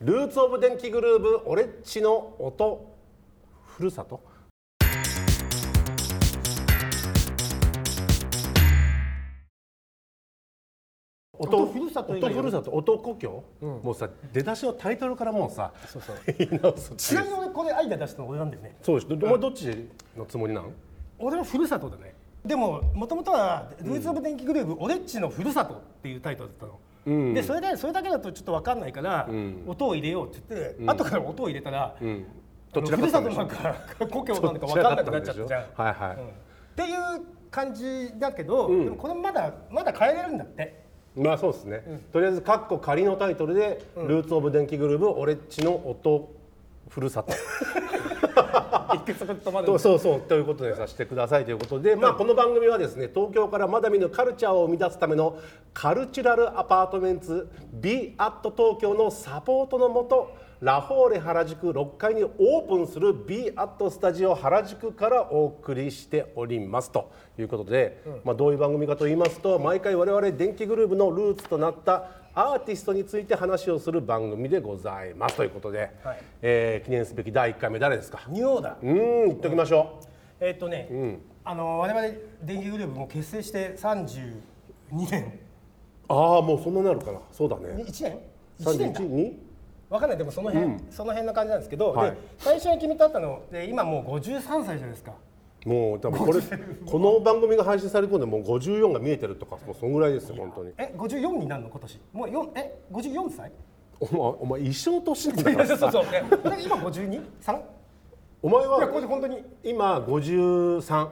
ルーツオブ電気グルーヴオレッチの音ふるさと。音ふるさと音故郷、もうさ出だしのタイトルからもうさ言い直す。ちなみに俺これアイデア出したの俺なんだよね。 そうです。お前どっちのつもりなん？ 俺はふるさとだね。でももともとはルーツオブ電気グルーヴオレッチのふるさとっていうタイトルだったの。でそれだけだとちょっと分かんないから、音を入れようって言って、後から音を入れたら、ふるさとなんか故郷なんか分かんなくなっちゃったじゃん。っていう感じだけど、でもこれまだ変えれるんだって。 まあそうですね、とりあえずカッコ仮のタイトルで、ルーツオブ電気グルーヴオレッチの音ふるさとそうということでさせてくださいということで、この番組はですね、東京からまだ見ぬカルチャーを生み出すためのカルチュラルアパートメンツ Be at 東京のサポートのもと、ラフォーレ原宿6階にオープンする Be at スタジオ原宿からお送りしておりますということで、どういう番組かと言いますと、毎回我々電気グルーヴのルーツとなったアーティストについて話をする番組でございますということで、記念すべき第1回目誰ですか？ ニューオーダー。 言っときましょう。 我々電気グルーヴも結成して32年。 ああ、もうそんなになるかな。そうだね。 1年 ？31？2？ 分かんない。でもその辺の感じなんですけど、で最初に君と会ったので今もう53歳じゃないですか。 もう多分この番組が配信される頃でもう54が見えてるとか、もうそんぐらいですよ本当に。 54になるの今年？もう54歳？ お前一緒の年なんだからさ。 そう今 52？3？ お前はこれ本当に今53。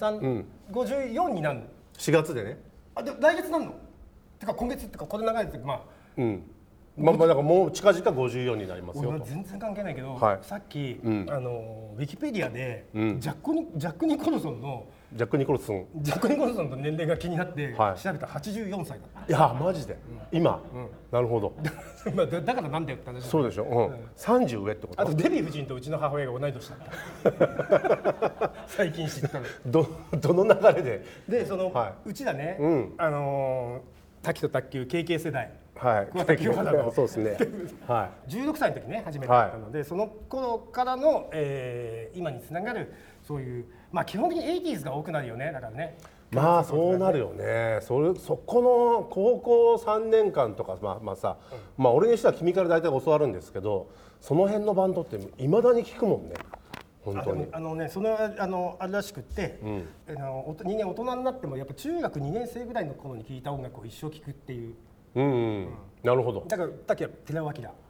54になるの。 4月でね。 で来月なんの？てか今月ってかこれ長いですけどだからもう近々54になりますよと。 全然関係ないけど、さっきウィキペディアでジャック・ニコルソンの年齢が気になって調べたら84歳だった。 いやマジで今、なるほどだからなんだよって話。 そうでしょ、30上ってこと。 あとデヴィ夫人とうちの母親が同い年だった最近知ったの。 どの流れででうちだね、滝と卓球 KK 世代、そうですね16歳の時ね初めてだったので、その頃からの今につながるそういう基本的に 80s が多くなるよね。だからね、 そうなるよね。そこの高校3年間とか俺にしては君から大体教わるんですけど、その辺のバンドっていまだに聞くもんね本当に。 あれらしくって、人間大人になってもやっぱ中学2年生ぐらいの頃に聴いた音楽を一生聴くっていう。 なるほど。 だからさっきは寺脇だ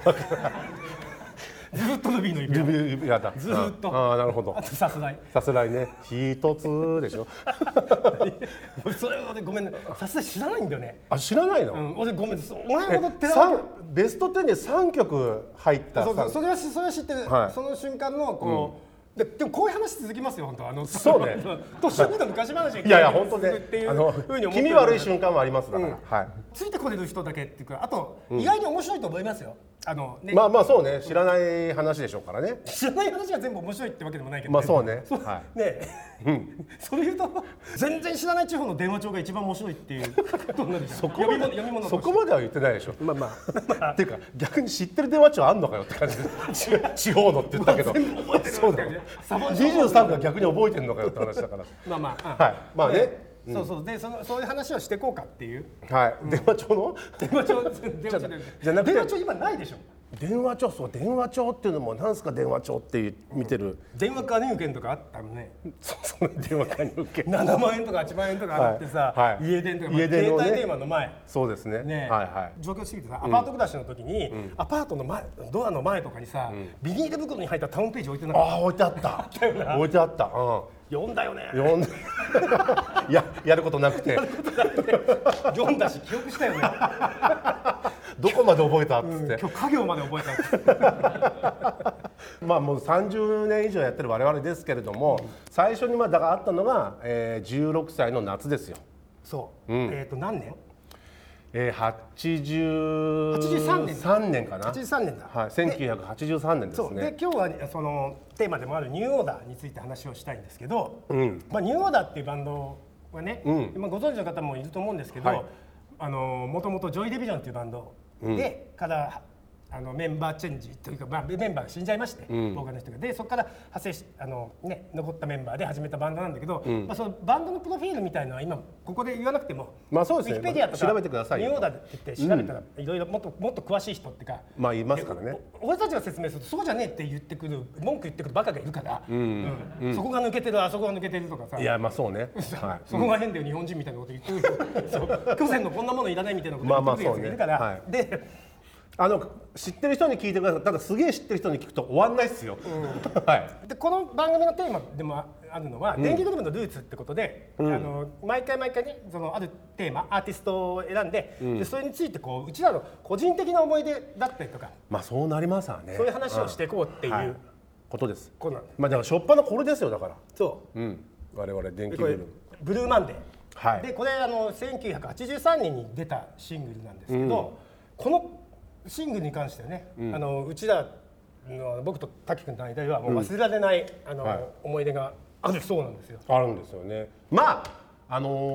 ずっとルビーの指輪だ。ずっと。 なるほど。 あとさすらいね。 一つでしょ。 それごめんね。さすらい知らないんだよね。 知らないの？ 俺ごめん。お前ほど寺脇。 ベスト10で3曲入った。 それは知ってる。その瞬間のこう。でもこういう話続きますよ本当。 そうね。 年の昔話いや本当ね。気味悪い瞬間もありますだから。 ついてこれる人だけっていうか、あと意外に面白いと思いますよ。 そうね。知らない話でしょうからね。 知らない話が全部面白いってわけでもないけど。 そうね。 それ言うと全然知らない地方の電話帳が一番面白いっていうことになるじゃん。読み物そこまでは言ってないでしょ。っていうか逆に知ってる電話帳あんのかよって感じで地方のって言ったけど。そうだよね。23が逆に覚えてるのかよって話だから。 そうでそういう話をしていこうかっていう。 電話帳じゃなくて、電話帳今ないでしょ。 電話帳っていうのもなんすか電話帳って見てる。 電話加入券とかあったのね。 その電話加入券 7万円とか8万円とかあってさ、家電とか携帯電話の前。 そうですね。 状況すぎてさ、アパート暮らしの時にアパートの前ドアの前とかにさ、ビニール袋に入ったタウンページ置いてなかった？ 置いてあった。置いてあった。 読んだよね。 やることなくて読んだし記憶したよね。 どこまで覚えたっつって。 今日家業まで覚えた。 もう30年以上やってる我々ですけれども、最初にだからあったのが16歳の夏ですよ。 そう。何年 ？83年かな。 83年だ。 1983年ですね。 で今日はそのテーマでもあるニューオーダーについて話をしたいんですけど、ニューオーダーっていうバンドはね、ご存知の方もいると思うんですけど、もともとジョイ・ディビジョンっていうバンドでからメンバーチェンジというか、まあ、メンバーが死んじゃいまして、ボーカルの人が。でそこから派生し残ったメンバーで始めたバンドなんだけど、まあ、そのバンドのプロフィールみたいのは今ここで言わなくても、 まあそうですね、 ウィキペディアとか調べてくださいよ。 ニューオーダーって言って調べたらいろいろもっと詳しい人っていうか、 まあいますからね。 俺たちが説明するとそうじゃねえって言ってくる文句言ってくるバカがいるから、そこが抜けてるあそこが抜けてるとかさ、 いやまあそうね、 はい、そこが変だよ日本人みたいなこと言ってるそう巨泉のこんなものいらないみたいなこと言ってくるやつがいるから、で知ってる人に聞いてください。ただすげえ知ってる人に聞くと終わんないっすよ。はい。 でこの番組のテーマでもあるのは、電気グルーヴのルーツってことで、毎回ねそのあるテーマアーティストを選んで、でそれについてこううちらの個人的な思い出だったりとか、 まあそうなりますわね。 そういう話をしていこうっていう、 ことです。 こうなんまあだから初っ端のこれですよだから。 そう。 我々電気グルーヴ。 ブルーマンデー。 はい。 でこれ1983年に出たシングルなんですけど、このシングルに関してはね、うちらの僕と滝君の間ではもう忘れられない、思い出があるそうなんですよ。 あるんですよね。まあ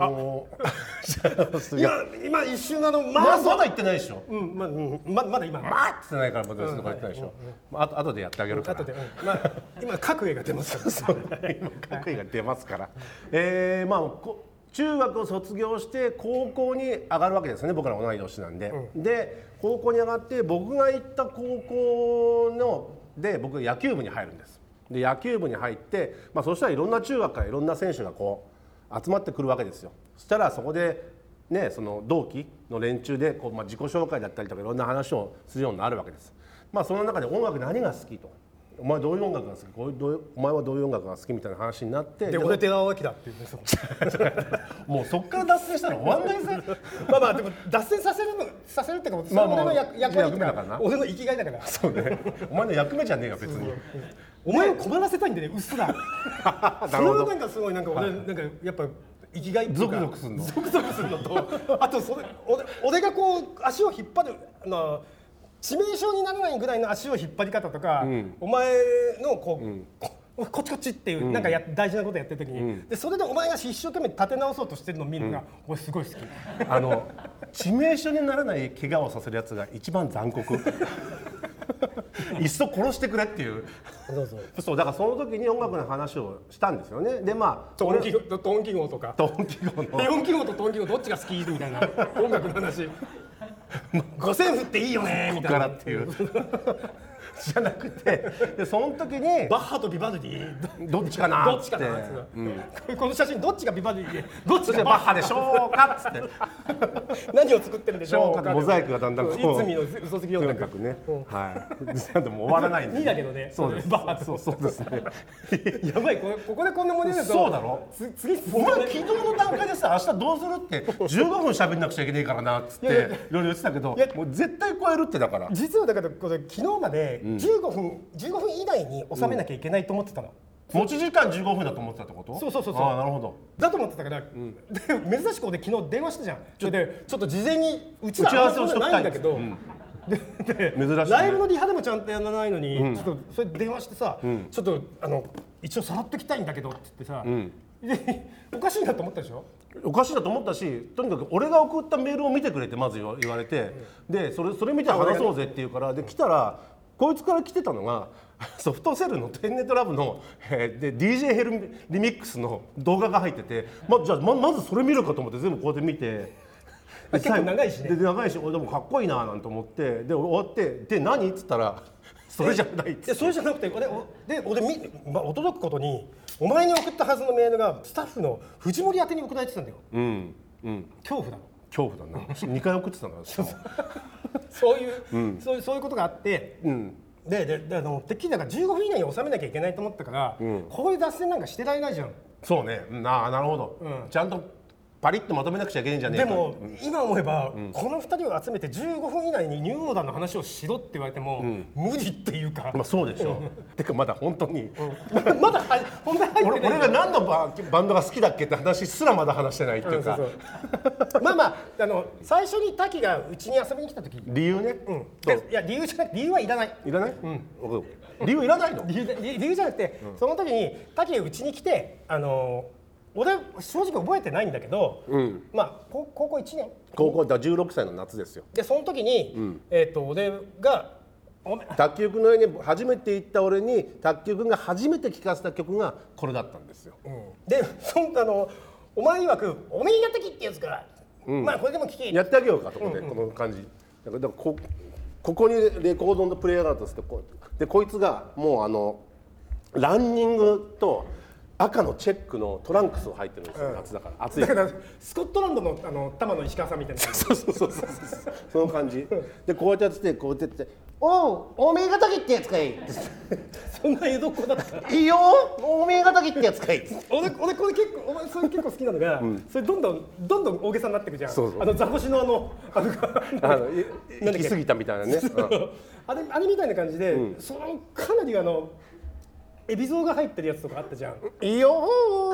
今一瞬まだ言ってないでしょ。 まだ今まあって言ってないからまだ言ってないでしょ。後でやってあげるから。 今各絵が出ますから。 今各絵が出ますから。まあ中学を卒業して高校に上がるわけですね。僕ら同い年なんで、で高校に上がって僕が行った高校で僕野球部に入るんです。で野球部に入って、まあ、そしたらいろんな中学からいろんな選手がこう集まってくるわけですよ。そしたらそこでねその同期の連中でこう、自己紹介だったりとかいろんな話をするようになるわけです。まあその中で音楽何が好きと。お前どういう音楽が好き、お前はどういう音楽が好きみたいな話になって、 で俺寺尾明だっていうね。 もうそっから脱線したら終わんないぜ。 まあでも脱線させるってか、それ俺の役割だからな、俺の生きがいだから。 そうね。お前の役目じゃねえよ別に。 お前を困らせたいんでね、うっすら。それはなんかすごいなんか俺なんかやっぱ生きがいっていうか、 ゾクゾクするの。 ゾクゾクするのと、あと俺がこう足を引っ張る致命傷にならないぐらいの足を引っ張り方とか、お前のこっちこっちっていうなんか大事なことやってる時に、でそれでお前が一生懸命立て直そうとしてるのを見るのが俺すごい好き。 致命傷にならない怪我をさせるやつが一番残酷。いっそ殺してくれっていう。そうだからその時に音楽の話をしたんですよね。でまあトンキ号とかトンキ号の 4キ号とトンキ号どっちが好きみたいな音楽の話。五線譜っていいよねみたいなっていうじゃなくて、でその時にバッハとビバルディどっちかなどっちかなって、この写真どっちがビバルディでどっちがバッハでしょうかっつって何を作ってるんでしょうか、 モザイクがだんだんこういつみの嘘つき音楽ね、はいでも終わらないんで 2だけどね。 そうですバッハそうですね。 やばい、ここでこんな盛り上がるとそうだろ。 次お前昨日の段階でさ明日どうするって15分喋んなくちゃいけないからなっつっていろいろ言ってたけど、もう絶対超えるってだから。 実はだからこれ昨日まで15分以内に収めなきゃいけないと思ってたの。 持ち時間15分だと思ってたってこと？ そう。 ああなるほど。 だと思ってたから、で珍しく俺昨日電話したじゃん。それでちょっと事前に打ち合わせをしときたいんだけど、で珍しいね。 ライブのリハでもちゃんとやらないのに、ちょっとそれ電話してさ、ちょっと一応さらってきたいんだけどって言ってさ、でおかしいなと思ったでしょ？ おかしいなと思ったし、とにかく俺が送ったメールを見てくれってまず言われて、でそれ見て話そうぜって言うから、で来たらこいつから来てたのがソフトセルのテンネットラブの、で DJ ヘルリミックスの動画が入ってて、じゃあまずそれ見るかと思って全部こうやって見て、 結構長いしね。 で長いし、俺でもかっこいいななんて思って、で終わってで何っつったらそれじゃないっつって。 それじゃなくて俺驚くことにお前に送ったはずのメールがスタッフの藤森宛てに送られてたんだよ。恐怖だろ。 恐怖だな。2回送ってたんだ。 そういうことがあって、でてっきりだから15分以内に収めなきゃいけないと思ったから、こういう脱線なんかしてられないじゃん。 そうね。なるほど。ちゃんとパリッとまとめなくちゃいけないんじゃねえか。 でも今思えば、この2人を集めて15分以内にニューオーダーの話をしろって言われても、無理っていうか。 そうでしょ。てかまだ本当にまだ本題入ってない。 俺が何のバンドが好きだっけって話すらまだ話してないっていうか。 最初に滝がうちに遊びに来た時、 理由ね。 いや理由じゃなくて、理由はいらない。 いらない？理由いらないの？ 理由じゃなくて、その時に滝がうちに来て、俺正直覚えてないんだけど、高校1年高校だ16歳の夏ですよ。 でその時に、俺が卓球くんの家に初めて行った俺に卓球くんが初めて聴かせた曲がこれだったんですよ。 でお前曰くおめえやったきってやつから、まあこれでも聴けやってあげようかと思って、この感じだからここにレコードのプレイヤーがあるとしてでこいつがもうランニングと赤のチェックのトランクスを履いてるんですよ、夏だから暑いだからスコットランドの玉の石川さんみたいなそうその感じでこうやってやってこうやってやって「おめえがたきってやつかい」 そんな江戸っ子だったいいよおめえがたきってやつかい俺これ結構お前それ結構好きなのが、それどんどん大げさになってくじゃん。 そうザコシの行き過ぎたみたいなねあれみたいな感じで、そのかなり海老蔵が入ってるやつとかあったじゃん。 いいよ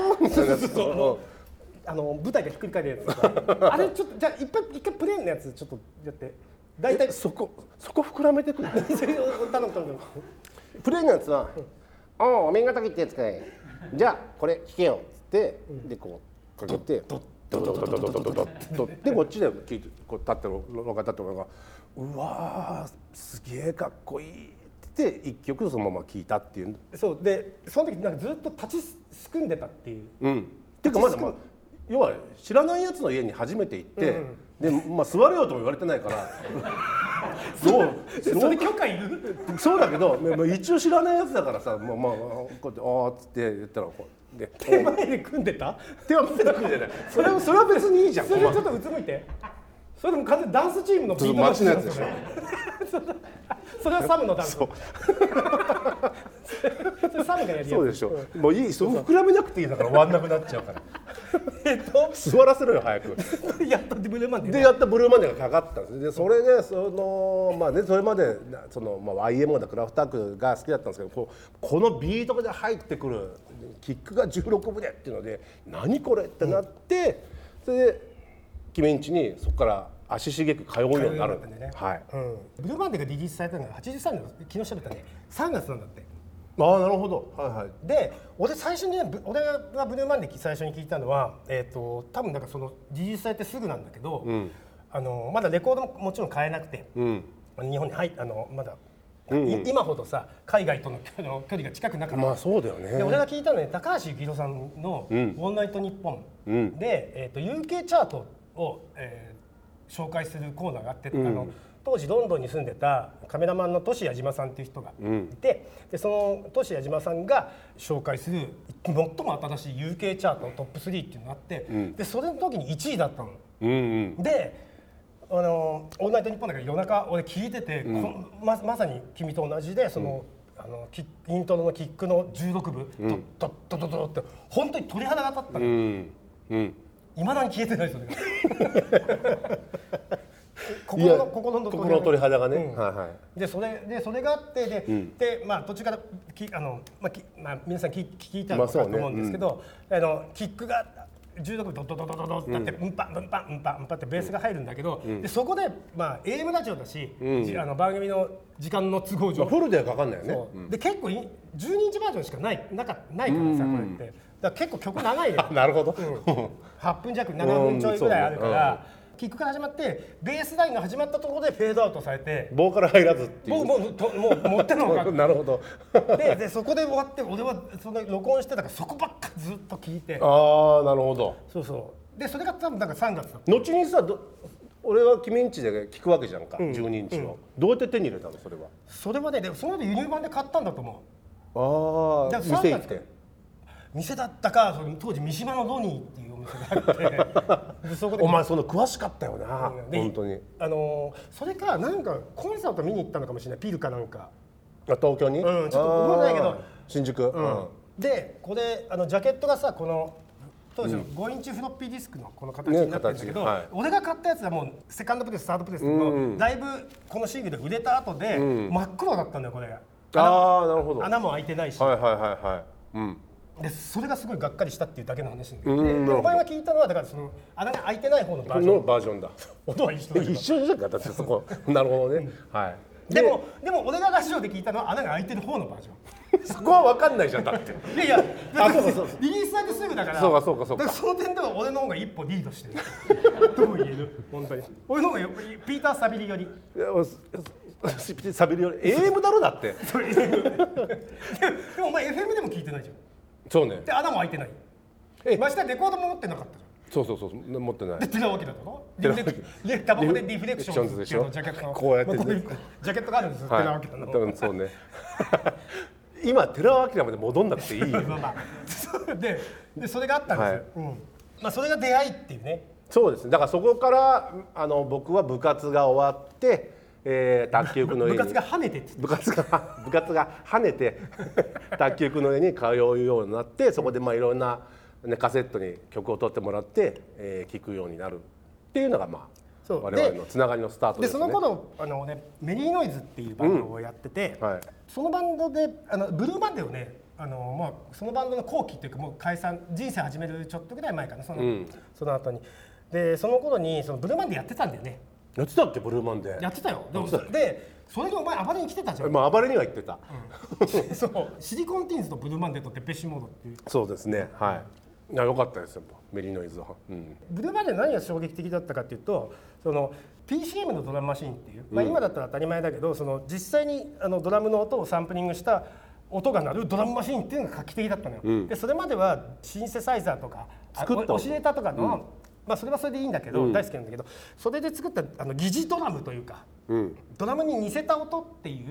舞台がひっくり返るやつとかあれちょっとじゃあ一回プレーンのやつちょっとやって。大体そこ膨らめてくるそれを頼むプレーンのやつは「おめえがたきってやつかいじゃあこれ弾けよ」っつってでこうかけてドッドッドッドッドッドッドッドッドッでこっちでこう立ってる廊下立ってるのが「うわーすげえかっこいい」って一曲そのまま聴いたっていう。 そうでその時なんかずっと立ちすくんでたっていう。 っていうかまだ要は知らないやつの家に初めて行って、で座れよとも言われてないからそれ許可いる？ そうだけど一応知らないやつだからさこうやって「あー」っつって言ったらで手前で組んでた？ 手は前で組んでないそれは別にいいじゃん。 それちょっとうつむいて。それでも完全にダンスチームのビート街のやつでしょ。 それはサムのダンス。それサムがやるやつ。 そうでしょ。もういい、膨らめなくていいだから終わんなくなっちゃうから。座らせろよ早く。 やっとブルーマンデー。 でやったブルーマンデーがかかったんです。でそれでそれまでYMO だクラフトワークが好きだったんですけど、このビートで入ってくるキックが16分でっていうので何これってなって、それで君ん家にそこから足しげく通うようになるんだね。はい。 ブルーマンデーがリリースされたのが83年の昨日調べたね3月なんだって。 ああなるほど。はいはい。 で俺最初に俺がブルーマンデー最初に聞いたのは多分なんかそのリリースされてすぐなんだけど、まだレコードももちろん買えなくて、日本にまだ。今ほどさ海外との距離が近くなかった。 まあそうだよね。 で俺が聞いたのは高橋幸宏さんの「オールナイトニッポン」でUK チャートを紹介するコーナーがあって、当時ロンドンに住んでたカメラマンのトシ矢島さんっていう人がいて、でそのトシ矢島さんが紹介する最も新しい UK チャートのトップ3っていうのがあって、でそれの時に1位だったの。でオールナイトニッポンだから夜中俺聞いてて、まさに君と同じでその、イントロのキックの16分ドッドッドッドッって本当に鳥肌が立ったの。いまだに消えてないそれが。心の鳥肌がね。 でそれがあってで途中から皆さん聞いたのかと思うんですけど、キックが16分ドドドドドドってなってうんぱんうんぱんうんぱんうんぱんってベースが入るんだけど、でそこでAM ラジオだし、番組の時間の都合上フルではかかんないよね。 で結構12日バージョンしかないからさこれって。だから結構曲長いよ。 なるほど。 8分弱7分ちょいぐらいあるから、キックから始まってベースラインが始まったところでフェードアウトされて、 ボーカル入らずっていう。 もう持ってんのか。 なるほど。 でそこで終わって俺はその録音してたからそこばっかずっと聞いて。 ああなるほど。 そうそう。でそれが多分だから3月だった。 後にさ俺は君んちで聞くわけじゃんか、12日を。どうやって手に入れたのそれは。 それはねでその後輸入版で買ったんだと思う。 ああ店行って。 店だったか当時三島のロニーっていうお店があってそこでお前その詳しかったよな、本当に。 それからなんかコンサート見に行ったのかもしれない、ピルかなんか。 東京に？ ちょっと覚えてないけど新宿。 でこれジャケットがさこの当時の5インチフロッピーディスクのこの形になってるんだけど、俺が買ったやつはもうセカンドプレスサードプレスのだいぶこのシングルで売れた後で真っ黒だったんだよこれが。 ああなるほど。 穴も開いてないし。でそれがすごいがっかりしたっていうだけの話なんだけど、お前が聞いたのはだからその穴が開いてない方のバージョンだ。音は一緒だけど。 一緒じゃんかだってそこ。なるほどね。はい。 でも俺がラジオで聞いたのは穴が開いてる方のバージョン。 そこは分かんないじゃんだって。 いやリリースされてすぐだから。そうか。だからその点では俺の方が一歩リードしてる。どう言える本当に。俺の方がピーター・サビリより。 サビるより AM だろだってでもお前 FM でも聞いてないじゃん。 そうねで穴も開いてない。ましてレコードも持ってなかったじゃん。 そう持ってないで違うわけだろ。タバコでリフレクションズっていうのジャケットのこうやってねジャケットがあるんですよ。寺脇の多分そうね今寺脇まで戻んなくていいよでそれがあったんですよ。まあそれが出会いっていうね。 そうですね。だからそこから僕は部活が終わって、卓球区の家に部活が跳ねてって部活が跳ねて卓球区の家に通うようになって、そこでいろんな、ね、カセットに曲を取ってもらって、聴くようになるっていうのが我々のつながりのスタートですね。 でその頃メリーノイズっていうバンドをやってて、そのバンドでブルーバンドをねそのバンドの後期っていうかもう解散人生始めるちょっとぐらい前かなその後にでその頃にそのブルーバンドやってたんだよね。 やってたっけブルーマンで。 やってたよ。でそれでお前暴れに来てたじゃん。 暴れには行ってた、 そうシリコンティーンズとブルーマンデーとデペッシュモードっていう。 そうですね。いや良かったですよメリーノイズは。 ブルーマンデー何が衝撃的だったかっていうとその PCM のドラムマシンっていう、今だったら当たり前だけどその実際にドラムの音をサンプリングした音が鳴るドラムマシンっていうのが画期的だったのよ。でそれまではシンセサイザーとかオシレーターとかの、それはそれでいいんだけど、大好きなんだけどそれで作った疑似ドラムというか、ドラムに似せた音っていう、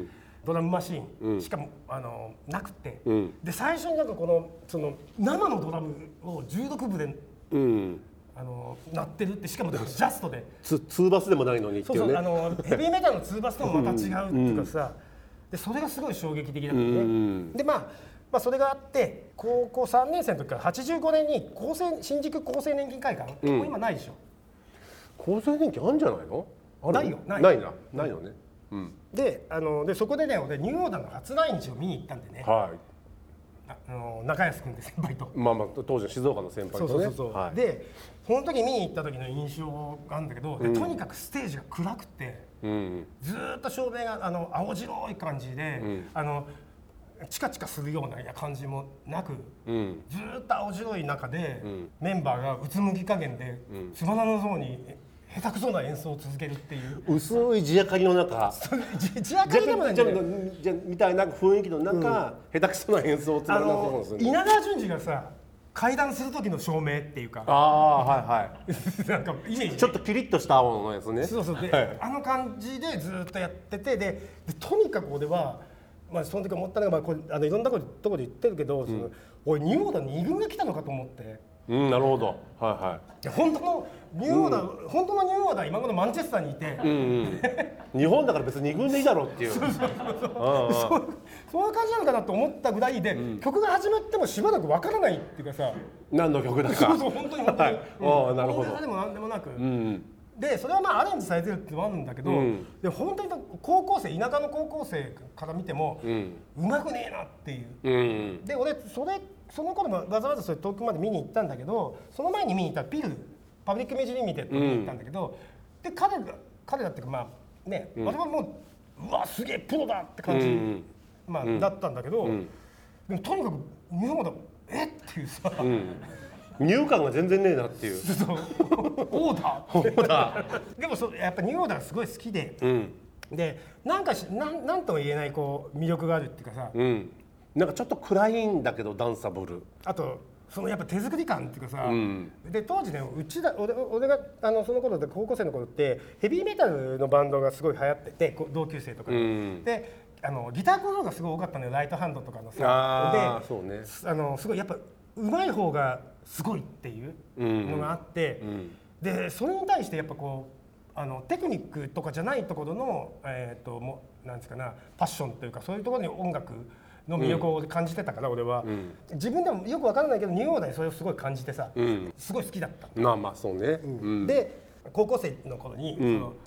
ドラムマシンしかもなくて、で最初になんかその生のドラムを16分で、鳴ってるってしかもジャストでツーバスでもないのにっていうね。 ヘビーメタルのツーバスともまた違うっていうかさ、でそれがすごい衝撃的だったね。でそれがあって高校3年生の時から85年に新宿厚生年金会館、もう今ないでしょ。 厚生年金あるんじゃないの？ ないよ。 ないのね。 でそこでね俺ニューオーダーの初来日を見に行ったんでね。中安君で先輩と。 当時の静岡の先輩とね。 でその時見に行った時の印象があるんだけど、とにかくステージが暗くて、ずっと照明が青白い感じで、チカチカするような感じもなく、ずっと青白い中で、メンバーがうつむき加減で、つまらなそうに下手くそな演奏を続けるっていう薄い地明かりの中地明かりでもないんだよみたいな雰囲気の中、下手くそな演奏をつまらなそうにする。 稲川淳二がさ階段する時の照明っていうかなんかイメージちょっとピリッとした青のやつね。 そうで、感じでずっとやっててでとにかく俺はその時思ったのがいろんなところで言ってるけど、俺ニューオーダー2軍が来たのかと思って。 なるほど。 本当のニューオーダー今頃マンチェスターにいて、 日本だから別に2軍でいいだろうっていう。そういう感じなのかなと思ったぐらいで、曲が始まってもしばらくわからないっていうかさ。 何の曲だか。 そう本当に。なるほど。でも何でもなく。でそれはアレンジされてるってのもあるんだけど、で本当に高校生田舎の高校生から見ても、うまくねえなっていう。で俺その頃もわざわざそれ遠くまで見に行ったんだけど、その前に見に行ったピルパブリックイメージリミテッドに行ったんだけど、で彼らっていうか私はもうわすげえプロだって感じ、だったんだけど、でもとにかく日本だっていうさ。 入感が全然ねえなっていう。 オーダー。でもやっぱニューオーダーがすごい好きで、でなんとも言えない魅力があるっていうかさ、 なんかちょっと暗いんだけどダンサブル。 あとやっぱ手作り感っていうかさ、で当時ね俺がその頃で高校生の頃ってヘビーメタルのバンドがすごい流行ってて同級生とかで、ギター工場がすごい多かったのよライトハンドとかのさ。ですごいやっぱ上手い方がすごいっていうのがあって、でそれに対してやっぱテクニックとかじゃないところのなんですかなパッションというかそういうところに音楽の魅力を感じてたから俺は、自分でもよくわからないけどニューオーダーにそれをすごい感じてさ、すごい好きだった。 そうね。 で高校生の頃に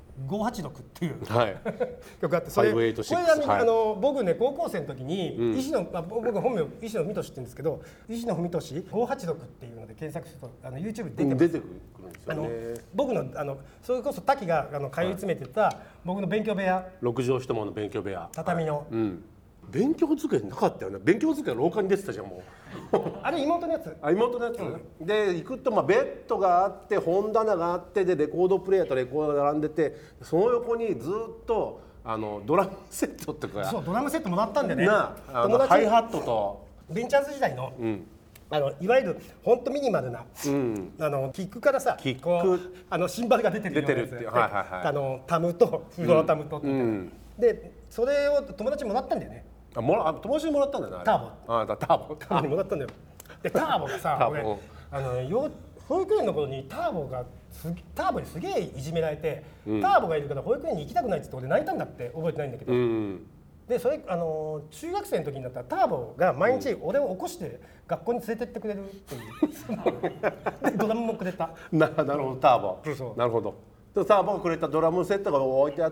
586っていう曲があって、これ僕ね高校生の時に僕本名石野文俊って言うんですけど、石野文俊586っていうので検索するとYouTube に出てくるんですよね。僕のそれこそ滝が通い詰めてた僕の勉強部屋、 6畳一間の勉強部屋、 畳の。 勉強机なかったよね。勉強机は廊下に出てたじゃんもう。 あれ妹のやつ。 妹のやつ。で行くとベッドがあって本棚があってでレコードプレーヤーとレコードが並んでて、その横にずっとドラムセットってかそうドラムセットもらったんでね。 友達ハイハットとベンチャーズ時代の、いわゆる本当ミニマルな、キックからさ、 キックこうシンバルが出てるようなやつ出てるっていうタムとフロアタムとって、でそれを友達にもらったんだよね。 友達にもらったんだよね。 ターボにもらったんだよ。でターボがさ、俺保育園の頃にターボにすげえいじめられて、ターボがいるから保育園に行きたくないっつって俺泣いたんだって覚えてないんだけど、でそれ中学生の時になったらターボが毎日俺を起こして学校に連れてってくれるっていうでドラムもくれた。 なるほどターボ。なるほど。ターボがくれたドラムセットが置いてあって、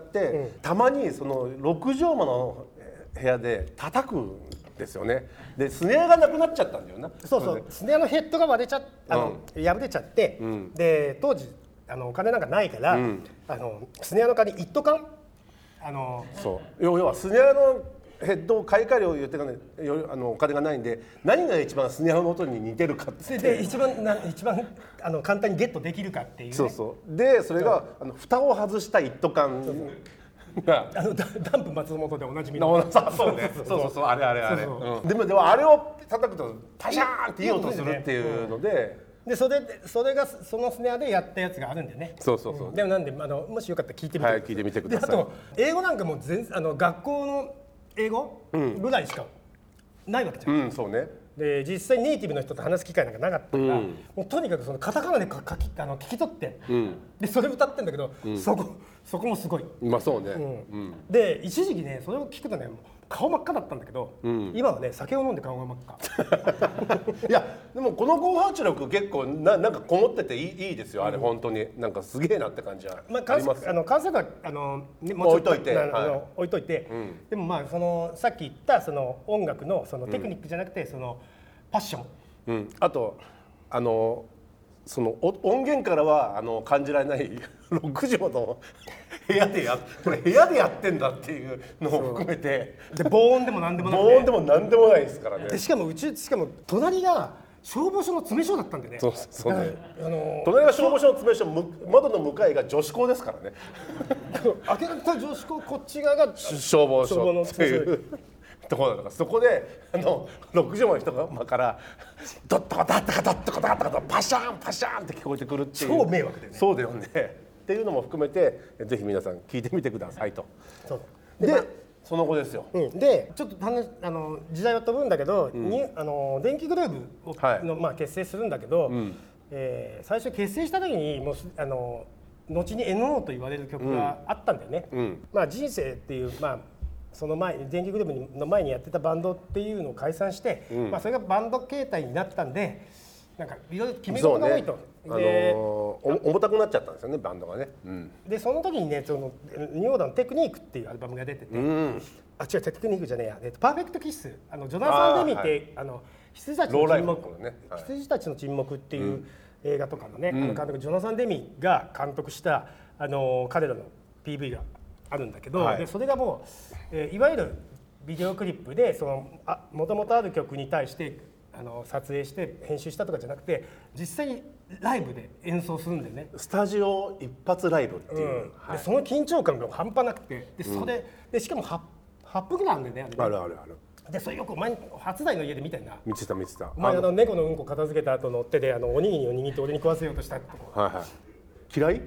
たまにその6畳間の部屋で叩くんですよね。でスネアがなくなっちゃったんだよな。 そうスネアのヘッドが破れちゃってで当時お金なんかないから、スネアの代わり一斗缶そう要はスネアのヘッドを買い替えるよ言ってかねお金がないんで何が一番スネアの音に似てるかってで一番簡単にゲットできるかっていうね。 そうでそれが蓋を外した一斗缶がダンプ松本でおなじみのそうあれでもあれを叩くとパシャーンっていい音するっていうので。 でそれがそのスネアでやったやつがあるんでね。 そうでもなんでもしよかったら聞いてみて。 はい聞いてみてください。 であと英語なんかも学校の英語ぐらいしかないわけじゃん。 そうね。 で実際ネイティブの人と話す機会なんかなかったから、もうとにかくそのカタカナで聞き取って、でそれ歌ってんだけど、そこもすごい。 まあそうね。 で一時期ねそれを聞くとね顔真っ赤だったんだけど、今はね酒を飲んで顔が真っ赤。 いやでもこの高発力結構なんかこもってていいですよあれ本当になんかすげえなって感じはあります。 関西はもう置いといて、でもまあそのさっき言ったその音楽のそのテクニックじゃなくてそのパッション、 あとその音源からは感じられない6畳の部屋でこれ部屋でやってんだっていうのを含めてで防音でも何でもなくて防音でも何でもないですからね。 でしかも隣が消防署の詰め所だったんでね。 そうね。隣が消防署の詰め所、窓の向かいが女子校ですからね。 開けた女子校こっち側が消防署っていうところだから、そこで6畳の人からドットコダットコダットコダットコパシャンパシャンって聞こえてくるっていう。 超迷惑だよね。 そうだよね。っていうのも含めてぜひ皆さん聞いてみてくださいと。でその後ですよ。 でちょっと時代は飛ぶんだけど、電気グループの結成するんだけど、最初結成した時にもう後に NO と言われる曲があったんだよね。人生っていうその前電気グループの前にやってたバンドっていうのを解散して、それがバンド形態になったんでなんかいろいろ決め事が多いと。 重たくなっちゃったんですよねバンドがね。 でその時にねニューオーダーのテクニックっていうアルバムが出てて、違うテクニックじゃねえや、パーフェクトキッスジョナサン・デミって羊たちの沈黙っていう映画とかのね、監督ジョナサン・デミが監督した彼らの PV があるんだけど、でそれがもう、いわゆるビデオクリップでもともとある曲に対して撮影して編集したとかじゃなくて実際にライブで演奏するんだよね。 スタジオ一発ライブっていう、 でその緊張感が半端なくてでしかも8分ぐらいあるんだよね。 あるでそれよくお前初台の家で見たよな。 見てたお前猫のうんこ片付けた後の手でおにぎりを握って俺に食わせようとしたとこ。 嫌い？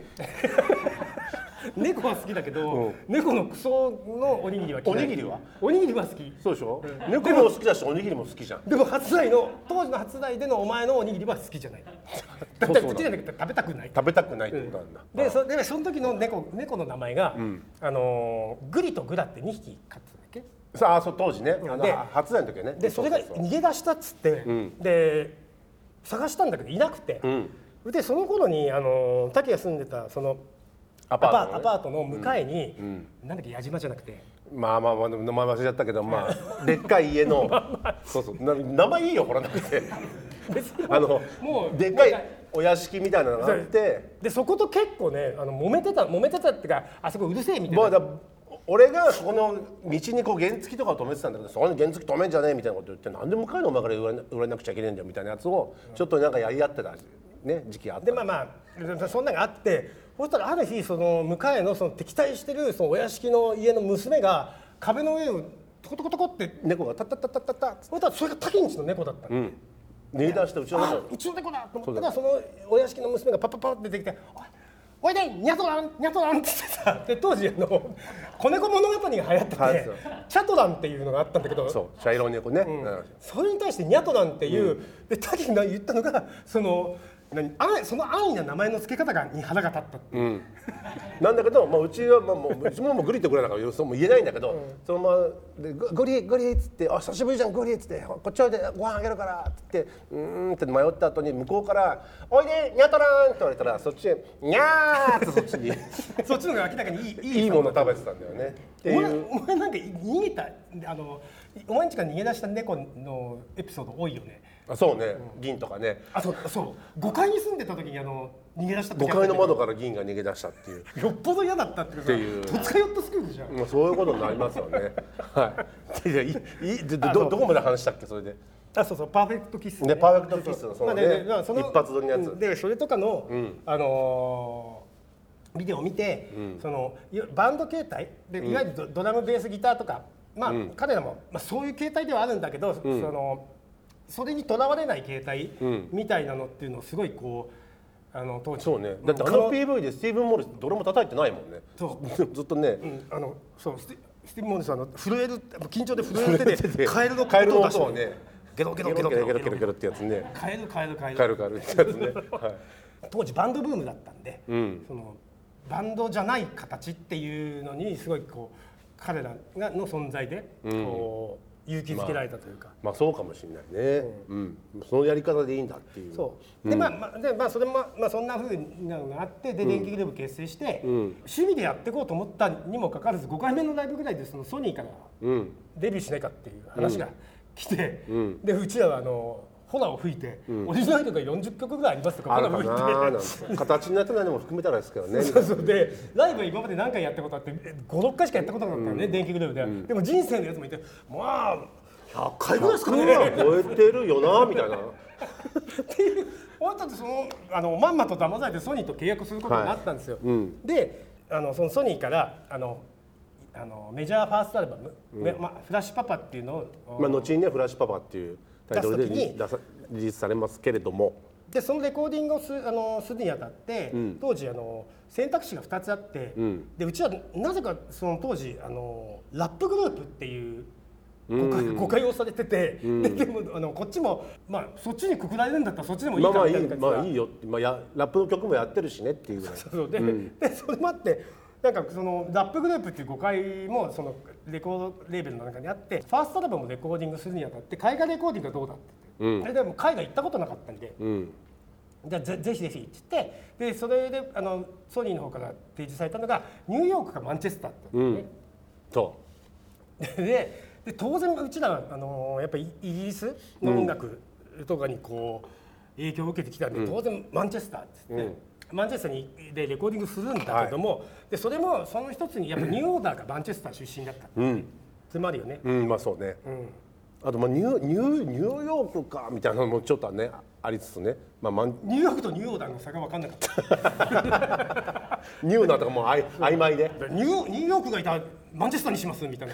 猫は好きだけど、猫のクソのおにぎりは嫌い。 おにぎりは好き。 そうでしょ。猫も好きだしおにぎりも好きじゃん。 でも当時の初台でのお前のおにぎりは好きじゃない。だって口じゃなくて食べたくない。 食べたくないってことなんだ。 でその時の猫の名前がグリとグラって2匹飼ってたんだっけ？ さあ当時ね初台の時はね。 でそれが逃げ出したっつってで探したんだけどいなくて、でその頃に滝が住んでたそのアパートの向かいに、なんだっけ矢島じゃなくて名前忘れちゃったけどでっかい家の名前いいよほらなくてもうでっかいお屋敷みたいなのがあってでそこと結構ね揉めてたっていうかあそこうるせえみたいな。 俺がそこの道にこう原付とかを止めてたんだけどそこに原付止めんじゃねえみたいなこと言ってなんで向かいのお前から売らなくちゃいけないんだよみたいなやつをちょっとなんかやり合ってた時期あった。 でそんなのがあってそしたらある日その向かいのその敵対してるそのお屋敷の家の娘が壁の上をトコトコトコって猫がタッタッタッタッタッタッそしたらそれがタケンチの猫だったの、 逃げ出してうちの中うちの猫だと思ったらそのお屋敷の娘がパッパッパッって出てきて「おいでニャトランニャトラン」って言ってさで当時子猫物語が流行っててチャトランっていうのがあったんだけどそう茶色い猫ね、 それに対してニャトランっていう、でタケンが言ったのがその安易な名前の付け方に腹が立ったっていう、 なんだけど、うちは、うちもグリってくらいだからそうも言えないんだけど、そのままでグリっつって「あ久しぶりじゃんグリ」っつって「こっちおいでご飯あげるから」っつってって迷った後に向こうから「おいでニャトラン」って言われたらそっちへ「ニャー」ってそっちにそっちの方が明らかにいいもの食べてたんだよねっていう。 お前なんか逃げたお前んちから逃げ出した猫のエピソード多いよね。 そうね、銀とかね。 そう5階に住んでた時に逃げ出した時 5階の窓から銀が逃げ出したっていうよっぽど嫌だったっていうか、戸塚ヨットスクールじゃん。 そういうことになりますよね。はいどこまで話したっけそれで。 そうパーフェクトキスね、パーフェクトキスのそのね一発撮りのやつでそれとかのビデオを見て、そのバンド形態でいわゆるドラムベースギターとか彼らもそういう形態ではあるんだけど、それにとらわれない形態みたいなのっていうのをすごいこう当時そうね、だってPV でスティーブン・モリスどれも叩いてないもんね。ずっとね、 そうスティーブン・モリス震える緊張で震える手でカエルの音をねゲロゲロゲロゲロゲロゲロゲロってやつね。 カエルってやつね。 当時バンドブームだったんで、そのバンドじゃない形っていうのにすごいこう彼らの存在でこう勇気づけられたというか、 そうかもしれないね。そのやり方でいいんだっていう。 そうでそれもそんな風なのがあってで電気グループ結成して趣味でやっていこうと思ったにもかかわらず5回目のライブぐらいでそのソニーからデビューしないかっていう話が来て、でうちらはホラーを吹いて、オリジナル曲が40曲ぐらいありますとか、 ホラー吹いて形になってないのも含めたらですけどね。 そうでライブ今まで何回やったことあって5、6回しかやったことなかったよね、電気グループで。でも人生のやつもいて100回ぐらいですかね超えてるよなみたいなっていう俺たちまんまと騙されてソニーと契約することになったんですよ。でそのソニーからメジャーファーストアルバム「フラッシュパパ」っていうのを後にね「フラッシュパパ」っていうタイトルでリリースされますけれども、 でそのレコーディングをするにあたって、当時選択肢が2つあって、でうちはなぜかその当時ラップグループっていう誤解をされてて、でもこっちもそっちにくくられるんだったらそっちでもいいかみたいな感じで、 いいよってラップの曲もやってるしねっていうぐらい。 そうでそれもあってなんかそのラップグループっていう誤解もそのレコードレーベルの中にあって、ファーストアルバムをレコーディングするにあたって海外レコーディングはどうだって言って、あれでも海外行ったことなかったんで、じゃあぜひぜひって言ってでそれでソニーの方から提示されたのがニューヨークかマンチェスターってね。で当然うちらはやっぱりイギリスの音楽とかにこう影響を受けてきたんで、当然マンチェスターって言って、マンチェスターでレコーディングするんだけども、でそれもその一つにやっぱニューオーダーがマンチェスター出身だった、それもあるよね。 そうね、あとニューヨークかみたいなのもちょっとねありつつね、 ニューヨークとニューオーダーの差が分かんなかったニューなんとかもう曖昧でニューヨークがいたらマンチェスターにしますみたいな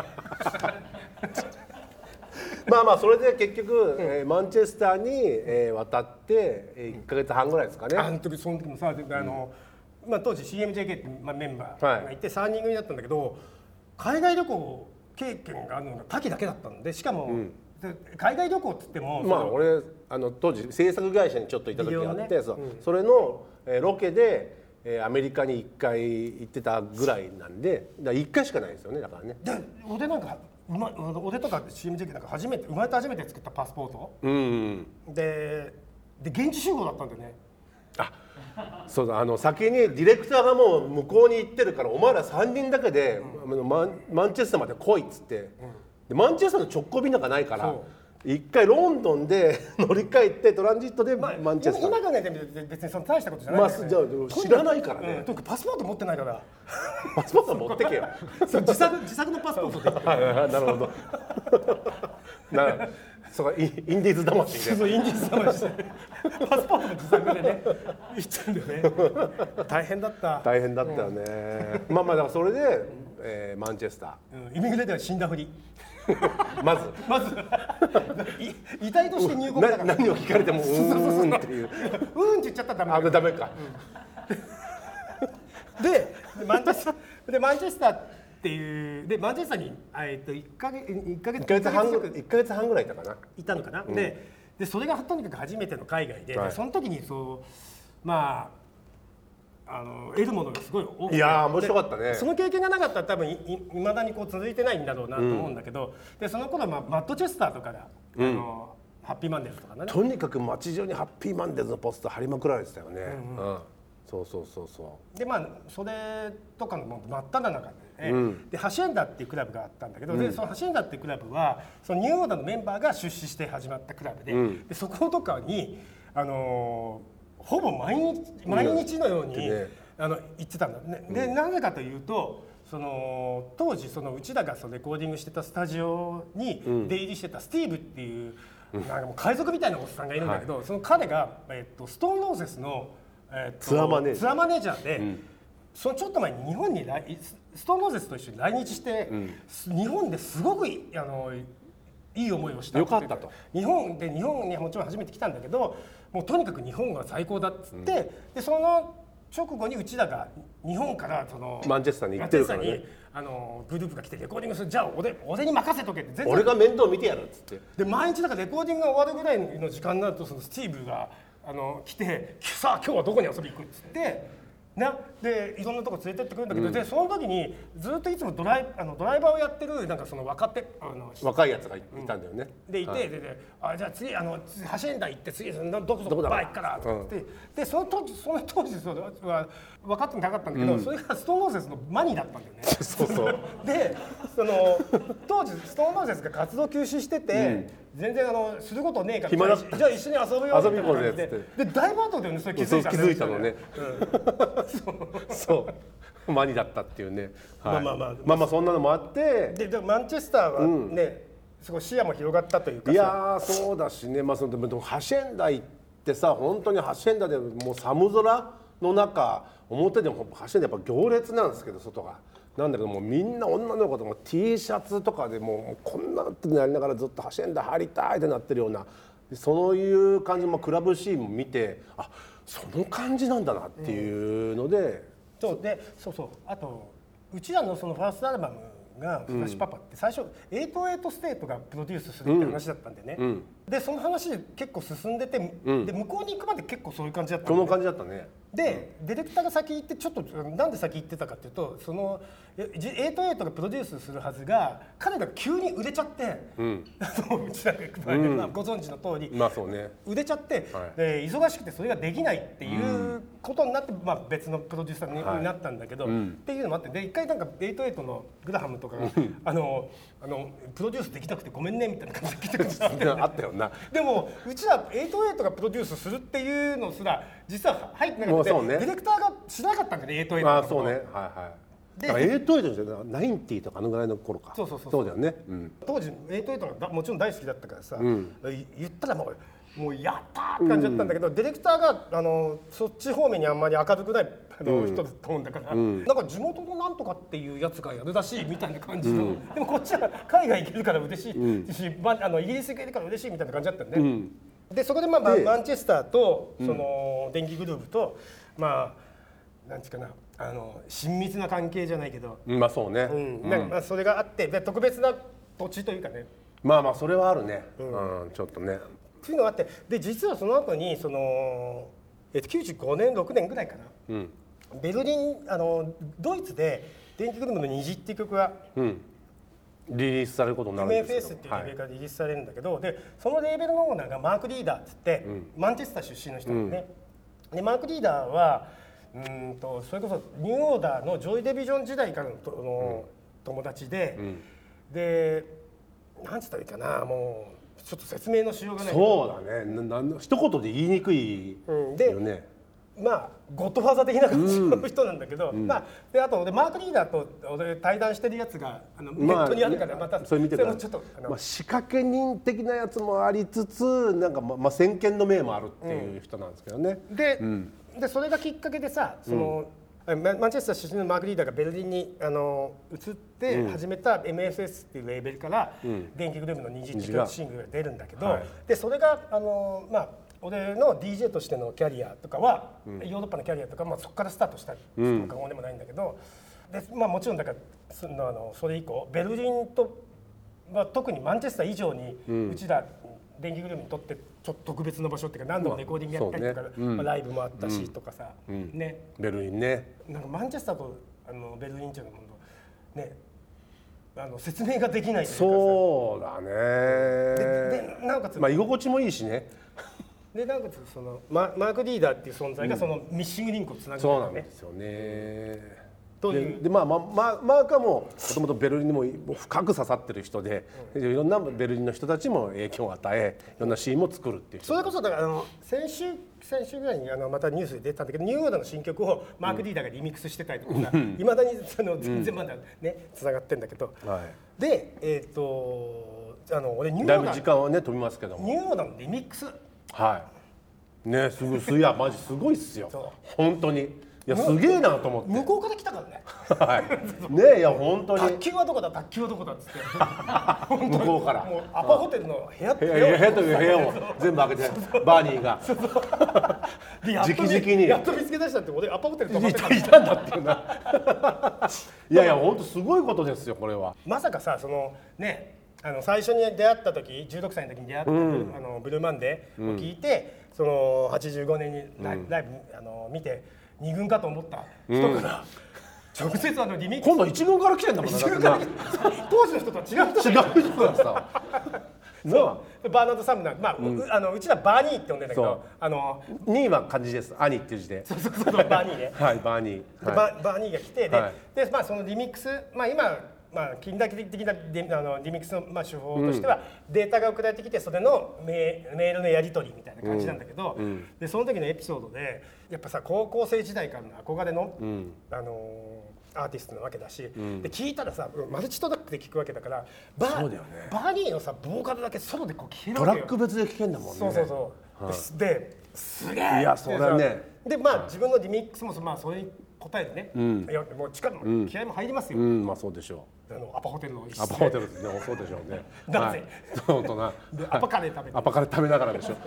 それで結局、マンチェスターに、渡って1ヶ月半ぐらいですかね。 その時もさ当時 CMJK ってメンバーがいて3人組だったんだけど、海外旅行経験があるのが滝だけだったんで、しかも、海外旅行っつっても俺当時制作会社にちょっといた時があって、それの、ロケで、アメリカに1回行ってたぐらいなんで1回しかないですよね。だからねで俺なんか俺とか CMJK なんか生まれて初めて作ったパスポート、で現地集合だったんだよね。 そうだ、先にディレクターがもう向こうに行ってるからお前ら3人だけで、マンチェスターまで来いっつって、でマンチェスターの直行便なんかないから一回ロンドンで乗り換えてトランジットでマンチェスター、 今考えてみて別にその大したことじゃないんだよね。 じゃあ知らないからね、 とにかくパスポート持ってないからパスポート持ってけよ自作のパスポートでなるほどそうかインディーズ魂で。 そうそうインディーズ魂でパスポートも自作でね行ったんだよね。大変だった。 大変だったよね。まあまあだからそれで、マンチェスター、イミグレートは死んだふりまず遺体として入国だから何を聞かれてもうんっていううんって言っちゃったらダメだよ。 ダメか。 でマンチェスターっていうでマンチェスターに1ヶ月半ぐらいいたかな。 いたのかな。でそれがとにかく初めての海外で、その時にまあ得るものがすごい多くて、 いや面白かったね。 その経験がなかったら多分いまだに続いてないんだろうなと思うんだけど、でその頃マッドチェスターとかがハッピーマンデーズとかね、 とにかく街中にハッピーマンデーズのポスター貼りまくられてたよね。そうでそれとかの真っ只中で、でハシエンダっていうクラブがあったんだけど、でそのハシエンダっていうクラブはそのニューオーダーのメンバーが出資して始まったクラブで、でそことかにほぼ毎日のように行ってたんだね。でなぜかというと当時内田がレコーディングしてたスタジオに出入りしてたスティーブっていうなんかもう海賊みたいなおっさんがいるんだけど、その彼がストーンローゼスのツアーマネージャーで、そのちょっと前に日本にストーンローゼスと一緒に来日して、日本ですごくいい思いをした。 よかったと。 日本にはもちろん初めて来たんだけど、もうとにかく日本が最高だっつって、でその直後に内田が日本からマンチェスターに行ってるからね、 グループが来てレコーディングする、じゃあ俺に任せとけって、 俺が面倒見てやるっつって、 で毎日レコーディングが終わるぐらいの時間になるとスティーブが来て、さあ今日はどこに遊び行くっつってでいろんなとこ連れてってくるんだけど、でその時にずっといつもドライバーをやってるなんか若いやつがいたんだよね。 でいて、じゃあ次走れんだ行って次どこバー行くからって、でその当時は分かってなかったんだけど、それがストーンローゼスのマニーだったんだよね。 そうで当時ストーンローゼスが活動休止してて、全然することねえからじゃあ一緒に遊ぶよみたいな感じで、だいぶ後でそれ気づいたのね。 そうマニだったっていうね。 まあそんなのもあって、 でマンチェスターはね、すごい視野も広がったというか。 いやそうだしね、でもハシェンダ行ってさ、本当にハシェンダでもう寒空の中、表でもハシェンダやっぱ行列なんですけど、外がなんだけども、みんな女の子とも T シャツとかでもうこんなってなりながらずっとハシェンダ入りたいってなってるような、そういう感じのクラブシーンも見て、その感じなんだなっていうので、 あとうちらのそのファーストアルバムが「フラッシュパパ」って最初808ステートがプロデュースするって話だったんでね、でその話で結構進んでて、で向こうに行くまで結構そういう感じだったんで、 この感じだったね。 でディレクターが先行って、ちょっとなんで先行ってたかっていうと、その808がプロデュースするはずが彼が急に売れちゃって、うちらがご存知の通り、売れちゃって、忙しくてそれができないっていうことになって、別のプロデューサーになったんだけど、っていうのもあって、で一回なんか808のグラハムとかがプロデュースできなくてごめんねみたいな感じで来てくれたんであったよな。 でもうちら808がプロデュースするっていうのすら実は入ってなくて、ディレクターが知らなかったんだよね、808のこと。 そうね、だから808じゃない90とかのぐらいの頃か。そうだよね。 当時808がもちろん大好きだったからさ、言ったらもうやったーって感じだったんだけど、ディレクターがそっち方面にあんまり明るくない人だと思うんだから、なんか地元のなんとかっていうやつがやるらしいみたいな感じの、でもこっちは海外行けるから嬉しいし、イギリス行けるから嬉しいみたいな感じだったんで、でそこでマンチェスターとその電気グループとなんていうかな、親密な関係じゃないけど、 そうね、 それがあって、で特別な土地というかね、 それはあるね、ちょっとね。 っていうのがあって、で実はその後に95年6年ぐらいかな、ベルリンドイツで電気グループの虹っていう曲がリリースされることになるんですけど、 MFS っていうレーベルがリリースされるんだけど、でそのレーベルのオーナーがマーク・リーダーっつって、マンチェスター出身の人なんね。でマーク・リーダーはそれこそニューオーダーのジョイ・デビジョン時代からの友達で、でなんつったらいいかな、もうちょっと説明のしようがない。 そうだね、一言で言いにくいよね。 まあゴッドファーザー的な感じの人なんだけど、まあであとマーク・リーダーと俺対談してるやつがネットにあるからまたそれ見てからちょっと仕掛け人的なやつもありつつなんか先見の明もあるっていう人なんですけどね。 でそれがきっかけでさその、マンチェスター出身のマーク・リーダーがベルリンに移って始めた MSS っていうレーベルから電気グループの虹っていうシングルが出るんだけど、でそれがまあ俺の DJ としてのキャリアとかは、ヨーロッパのキャリアとか、まあ、そこからスタートした過言でもないんだけど、でまあ、もちろんだからそれ以降ベルリンと、まあ、特にマンチェスター以上に、うちら電気グループにとってちょっと特別な場所っていうか何度もレコーディングやったりとか、まあ、ライブもあったしとかさ、ね、 ベルリンねなんかマンチェスターとベルリンっていうのもね説明ができないというかさ、 そうだね。 でなおかつ、 まあ、居心地もいいしね。 でなおかつそのマーク・リーダーっていう存在がそのミッシングリンクをつなぐんだよね。 そうなんですよね。 というでマークはもともとベルリンにも深く刺さってる人で、いろんなベルリンの人たちも影響を与えいろんなシーンも作るっていう人。 それこそだから先週ぐらいにまたニュースで出たんだけどニューオーダーの新曲をマーク・リーダーがリミックスしてたりとかさいまだに全然まだねつながってんだけど、で俺ニューオーダーだいぶ時間はね飛びますけどもニューオーダーのリミックスねいやマジすごいっすよ本当に。いやすげえなと思って向こうから来たからね。 はいねいや本当に卓球はどこだ卓球はどこだっつって向こうからもうアパホテルの部屋部屋という部屋を全部開けてバーニーが直々にやっと見つけ出したって俺アパホテル泊まってたいたんだっていうないや本当すごいことですよこれは。 まさかさそのね最初に出会った時16歳の時に出会った、ブルーマンデーを聞いて、その85年にライブ、見て2軍かと思った人から、直接リミックス今度1軍から来てんだもんな当時の人とは違う人ださそうバーナード・サムナー、まあうちらバーニーって呼んでんだけど 2位は漢字です兄っていう字でそうバーニーねはいバーニー、 バーニーが来てでまあそのリミックスまあ今近代的なリミックスの手法としてはデータが送られてきてそれのメールのやり取りみたいな感じなんだけど、でその時のエピソードでやっぱさ高校生時代からの憧れの、アーティストなわけだし、で聞いたらさマルチトラックで聞くわけだからバーニーのさボーカルだけソロでこう聴けるわけよ。 トラック別で聴けんだもんね。 そうですげえいやそれはねでまあ自分のリミックスもまあそれに答えてね、いやもう力も気合も入りますよ。 まあそうでしょう。 アパホテルの一室アパホテルですね。そうでしょうね。 なぜ？ 本当な。 アパカレー食べて。 アパカレー食べながらでしょ。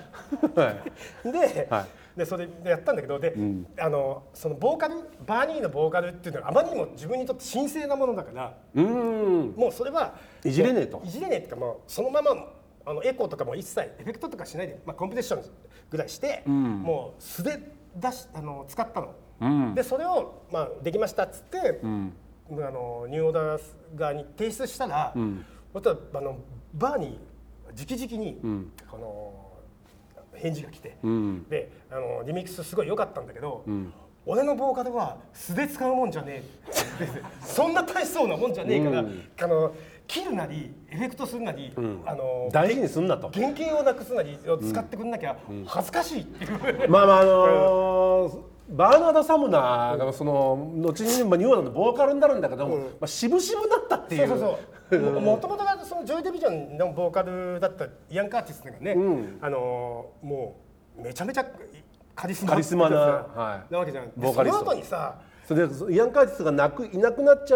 でそれでやったんだけどでそのボーカルバーニーのボーカルっていうのはあまりにも自分にとって神聖なものだからもうそれはいじれねえと。 いじれねえってかもうそのままエコーとかも一切エフェクトとかしないでコンプレッションぐらいしてもう素で使ったの。でそれをできましたっつって。ニューオーダー側に提出したら、またバーに直々に、返事が来て、でリミックスすごい良かったんだけど、俺のボーカルは素で使うもんじゃねえそんな大層なもんじゃねえから切るなりエフェクトするなり、 大事にすんなと原型をなくすなりを使ってくんなきゃ恥ずかしいっていう、 バーナード・サムナーがその後にニューオーダーのボーカルになるんだけども、渋々だったっていう。もともとそのジョイ・ディビジョンのボーカルだったイアン・カーティスがね、もうめちゃめちゃカリスマなわけじゃん。その後にさそれでイアン・カーティスがいなくなっちゃって、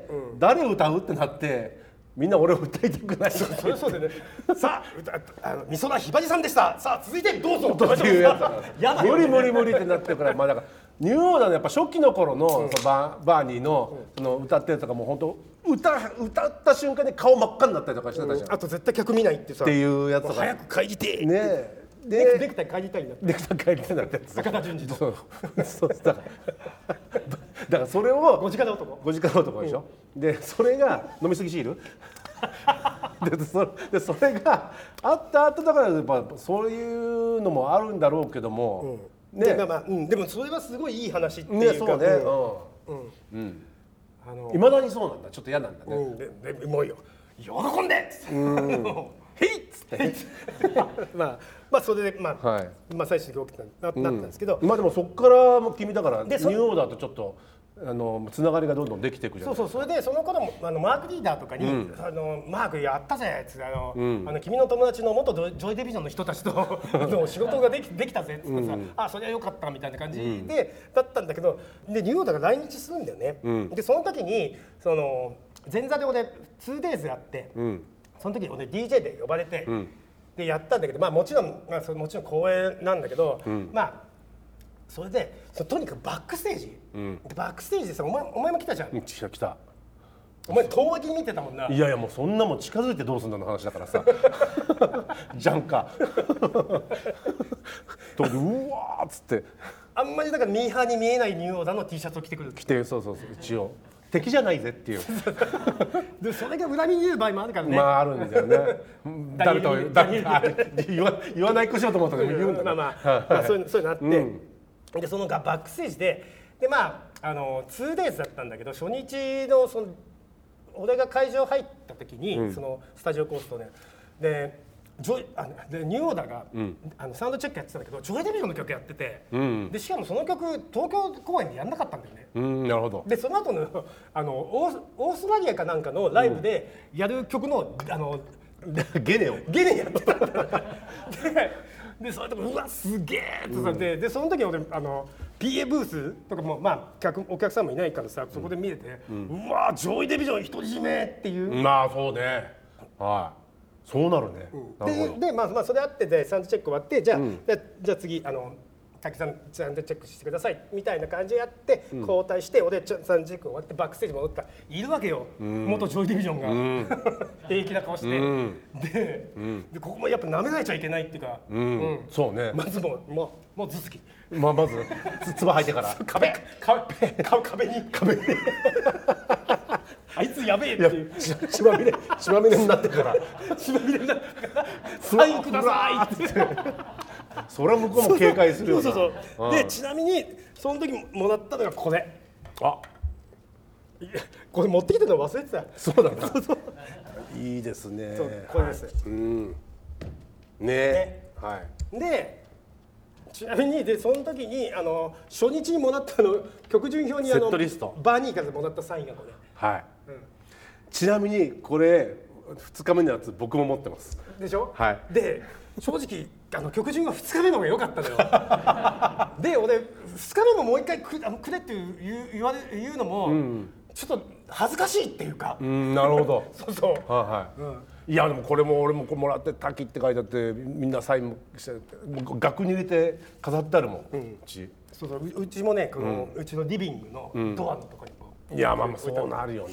誰歌うってなってみんな俺を歌いたくない。 それそうでね。さあ美空ひばりさんでした。さあ続いてどうぞというやつだから無理ってなってるからだからニューオーダーのやっぱ初期の頃のバーニーのその歌ってるとかもう本当歌った瞬間に顔真っ赤になったりとかしてたじゃん。 あと絶対客見ないってさっていうやつとか早く帰りてえねでネクタイ帰りたいんだネクタイ帰りたいなってやつ坂田純次とそうだからそれを 5時間男でしょ。でそれが飲みすぎシールでそれがあった後だからやっぱそういうのもあるんだろうけども、 でもそれはすごいいい話っていうかいまだにそうなんだ。ちょっと嫌なんだね。 もうよ喜んでっつって「へい!」っつってまあそれでまあ最終的に起きたなったんですけど、 まあでもそこからも君だからニューオーダーとちょっとつながりがどんどんできていくじゃないですか。 それでその頃もマークリーダーとかにマークやったぜっつって君の友達の元ジョイディビジョンの人たちと仕事ができたぜっつってさ、あそれはよかったみたいな感じでだったんだけど、でニューオーダーが来日するんだよね。でその時に前座で俺 2days やって、その時に俺 DJ で呼ばれて、でやったんだけど、もちろん公演なんだけど、それでとにかくバックステージ、バックステージでさ、お前も来たじゃん。 来た。 お前遠巻きに見てたもんな。 いやいやもうそんなもん近づいてどうすんだの話だからさじゃんかうわーっつってあんまりだからミーハーに見えないニューオーダーの T シャツを着てくる。 着て、そう一応敵じゃないぜっていうでそれが裏に言う場合もあるからね。 あるんだよね誰と言わないくしようと思ったら言うんだ。 そういうのあって、でそのバックステージで2days だったんだけど、初日の俺が会場入った時に、そのスタジオコーストでニューオーダーが、サウンドチェックやってたんだけどジョイ・ディビジョンの曲やってて、でしかもその曲東京公演でやんなかったんだよね。 なるほど。 でその後のオーストラリアかなんかのライブでやる曲のゲネやってたんだでそれとかうわすげえってさ、でその時俺PA ブースとかもお客さんもいないからさ、そこで見れて、うわジョイ・ディビジョン独り占めっていう。 そうね、そうなるね。 でそれあってでサウンドチェック終わって、じゃあ次滝さんサウンドチェックしてくださいみたいな感じでやって交代して、俺サウンドチェック終わってバックステージ戻ったらいるわけよ、元ジョイ・ディビジョンが平気な顔して、でここもやっぱ舐められちゃいけないっていうか、 そうね。 まずもう頭突き、 まず唾吐いてから壁にあいつやべえっていう血まみれになってからサインくださいってそれは向こうも警戒するよな。 でちなみにその時もらったのがこれ。これ持ってきてるの忘れてた。 そうだな。いいですね。 これです。でちなみにその時に初日にもらった曲順表にセットリストバーニーからもらったサインがこれ。 ちなみにこれ2日目のやつ僕も持ってます。 でしょ。で正直曲順は2日目の方が良かったのよで俺2日目ももう一回くれって言うのも、ちょっと恥ずかしいっていうか。 なるほどそういやでもこれも俺ももらって「滝」って書いてあってみんなサインもして額に入れて飾ってあるもん。 うちもねうちのリビングのドアのとこにこう。 いやそうなるよね。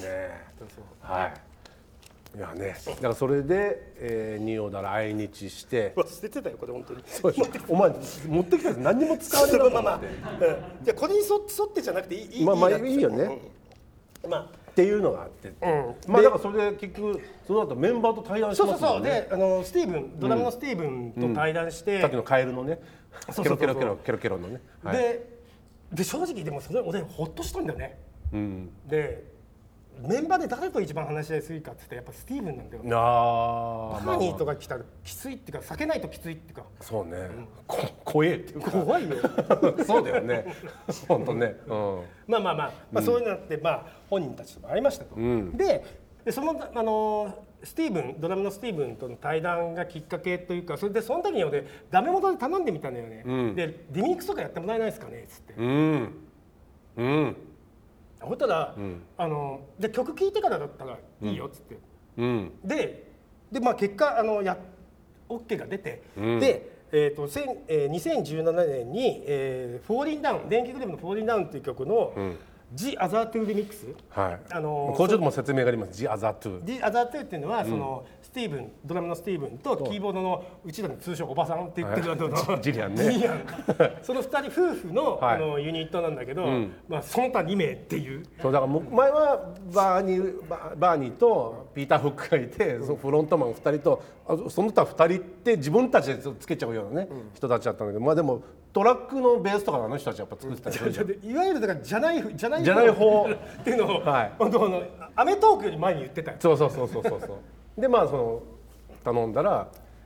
いやね、だからそれでニューオーダー来日して捨ててたよこれ本当に。 お前持ってきたやつ何にも使われなかった。 じゃこれに沿ってじゃなくていいいいよね。っていうのがあって、だからそれで結局その後メンバーと対談しますもんね。 でスティーブンドラムのスティーブンと対談して、 さっきのカエルのねケロケロのね。 で正直でもそれ俺ホッとしたんだよね。でメンバーで誰と一番話し合いするかって言ったらやっぱスティーブンなんだよ。バーニーとか来たらきついっていうか避けないときついっていうか。 そうね。怖えっていうか。 怖いよ。 そうだよね。本当ね。 そういうのって本人たちとも会いましたと。でそのスティーブンドラムのスティーブンとの対談がきっかけというか、それでその時に俺ダメ元で頼んでみたんだよね。でリミックスとかやってもらえないですかねっつって。ほったらで曲聴いてからだったらいいよっつって、で結果OK が出て、で2017年に「フォーリンダウン」電気グループの「フォーリンダウン」っていう曲の「The Other Two リミックス」 これちょっとも説明があります。The Other Two。 The Other Two っていうのはスティーブンドラムのスティーブンとキーボードのうちらの通称おばさんって言ってるジリアンね。 その2人夫婦のユニットなんだけど、その他2名っていう。 そうだから前はバーニーとピーター・フックがいて、そのフロントマン2人とその他2人って自分たちでつけちゃうようなね人たちだったんだけど、でもトラックのベースとかあの人たちやっぱ作ってたり、 いわゆるだからじゃない方っていうのをアメトーークより前に言ってたよ。 そうでその頼んだら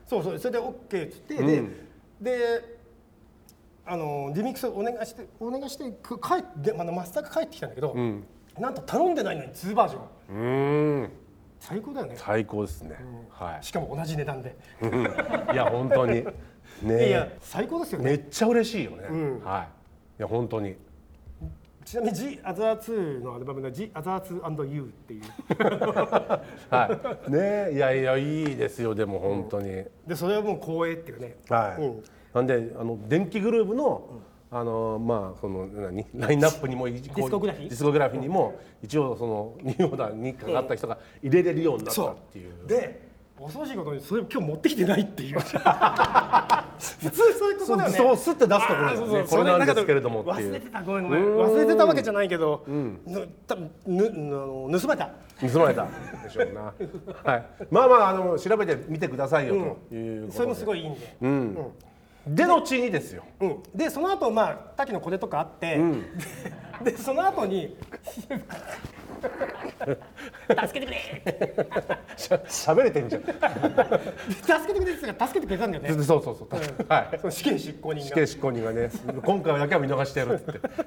そうそれで OK っつって、でリミックスお願いして帰ってマスターが帰ってきたんだけど、なんと頼んでないのに2バージョン。最高だよね。 最高ですね。はい。 しかも同じ値段で。 いや本当にね。 いや最高ですよね。 めっちゃ嬉しいよね。はい。いや本当に。 ちなみに The Other Two のアルバムの The Other Two and You っていう。 はい。ね、いやいいですよでも本当に。 でそれはもう光栄っていうね。 はい。なんで電気グルーヴのまあそのラインナップにもディスコグラフィーにも一応そのニューオーダーにかかった人が入れれるようになったっていう。 で恐ろしいことにそれ今日持ってきてないっていう。普通そういうことだよね。 そうすって出すところですね。これなんですけれどもっていう。 忘れてたごめん忘れてたわけじゃないけど、多分盗まれたでしょうな。はい。まあ調べてみてくださいよということで。 それもすごいいいんで。 で後にですよ。 でその後滝のこれとかあって、でその後に助けてくれ喋れてんじゃん。 助けてくれって言ったら助けてくれたんだよね。 そうはい。 その死刑執行人がね今回だけは見逃してやるって言って。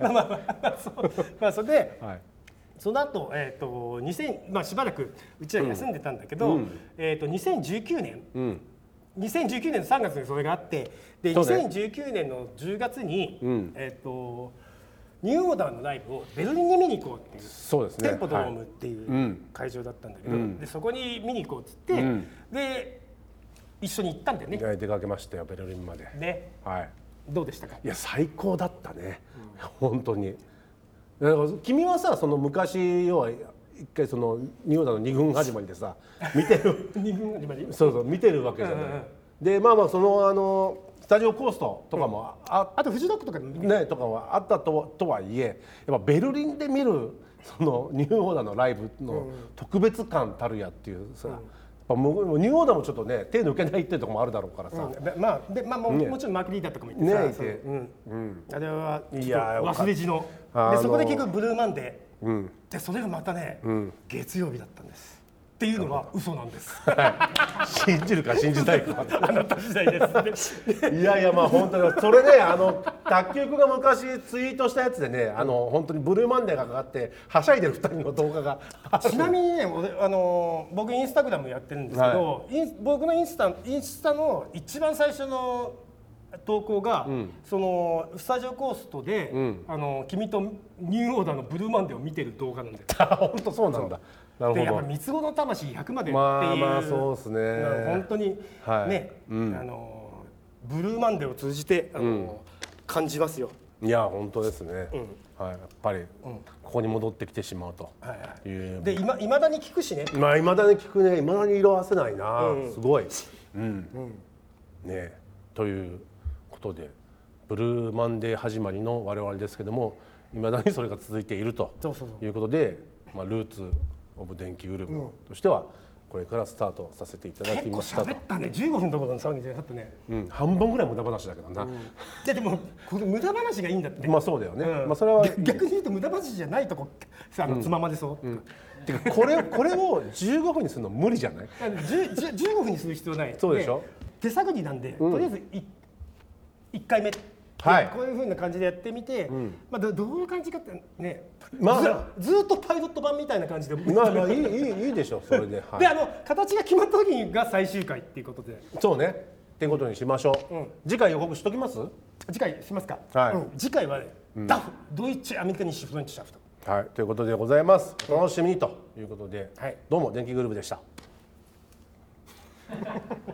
それでその後しばらくうちら休んでたんだけど、2019年の3月にそれがあって、で2019年の10月にニューオーダーのライブをベルリンに見に行こうっていう、 そうですね、 テンポドロームっていう会場だったんだけど、でそこに見に行こうっつって、で一緒に行ったんだよね。 出かけましたよベルリンまで。 ね、 はい。 どうでしたか？ いや最高だったね、本当に。だから君はさその昔要は一回そのニューオーダーの2軍始まりでさ見てる 2軍始まりそう見てるわけじゃない。でそのスタジオコーストとかもあとフジロックとかねとかはあったとはいえ、やっぱベルリンで見るそのニューオーダーのライブの特別感たるやっていうさ、ニューオーダーもちょっとね手抜けないっていうところもあるだろうからさ、 もちろんマークリーダーとかも言ってさ、あれは忘れじのでそこで結局ブルーマンデーでそれがまたね月曜日だったんですっていうのは嘘なんです。 信じるか信じないかあなた次第です。 いや本当にそれね卓球君が昔ツイートしたやつでね本当にブルーマンデーがかかってはしゃいでる2人の動画がちなみにね僕インスタグラムやってるんですけど、僕のインスタの一番最初の投稿が、そのスタジオコーストで、君とニューオーダーのブルーマンデーを見てる動画なんで。 本当そうなんだ。なるほど。 でやっぱ三つ子の魂100までっていう、 そうですね。 本当にね、ブルーマンデーを通じて感じますよ。 いや本当ですね。はい、やっぱりここに戻ってきてしまうという。 でいまだに聞くしね。 いまだに聞くね。いまだに色あせないな。すごい。ねということでブルーマンデー始まりの我々ですけども、いまだにそれが続いているということで、ルーツオブ電気グループとしてはこれからスタートさせていただきましたと。 結構喋ったね。15分どころの騒ぎじゃなかったね。 半分ぐらい無駄話だけどな。 でもこの無駄話がいいんだって。 そうだよね。それは逆に言うと無駄話じゃないとこつままでそう。 てかこれを15分にするの無理じゃない ？15分にする必要ない。 そうでしょ。 手探りなんで、とりあえず1回目、こういう風な感じでやってみて、どういう感じかってね、ずっとパイロット版みたいな感じで、 いいでしょそれで。 で形が決まった時が最終回っていうことで。 そうね。っていうことにしましょう。次回予告しときます？ 次回しますか。次回はね、ダフドイツアメリカニッシュフレンチシャフト。 はい、ということでございます。お楽しみにということで、どうも電気グループでした。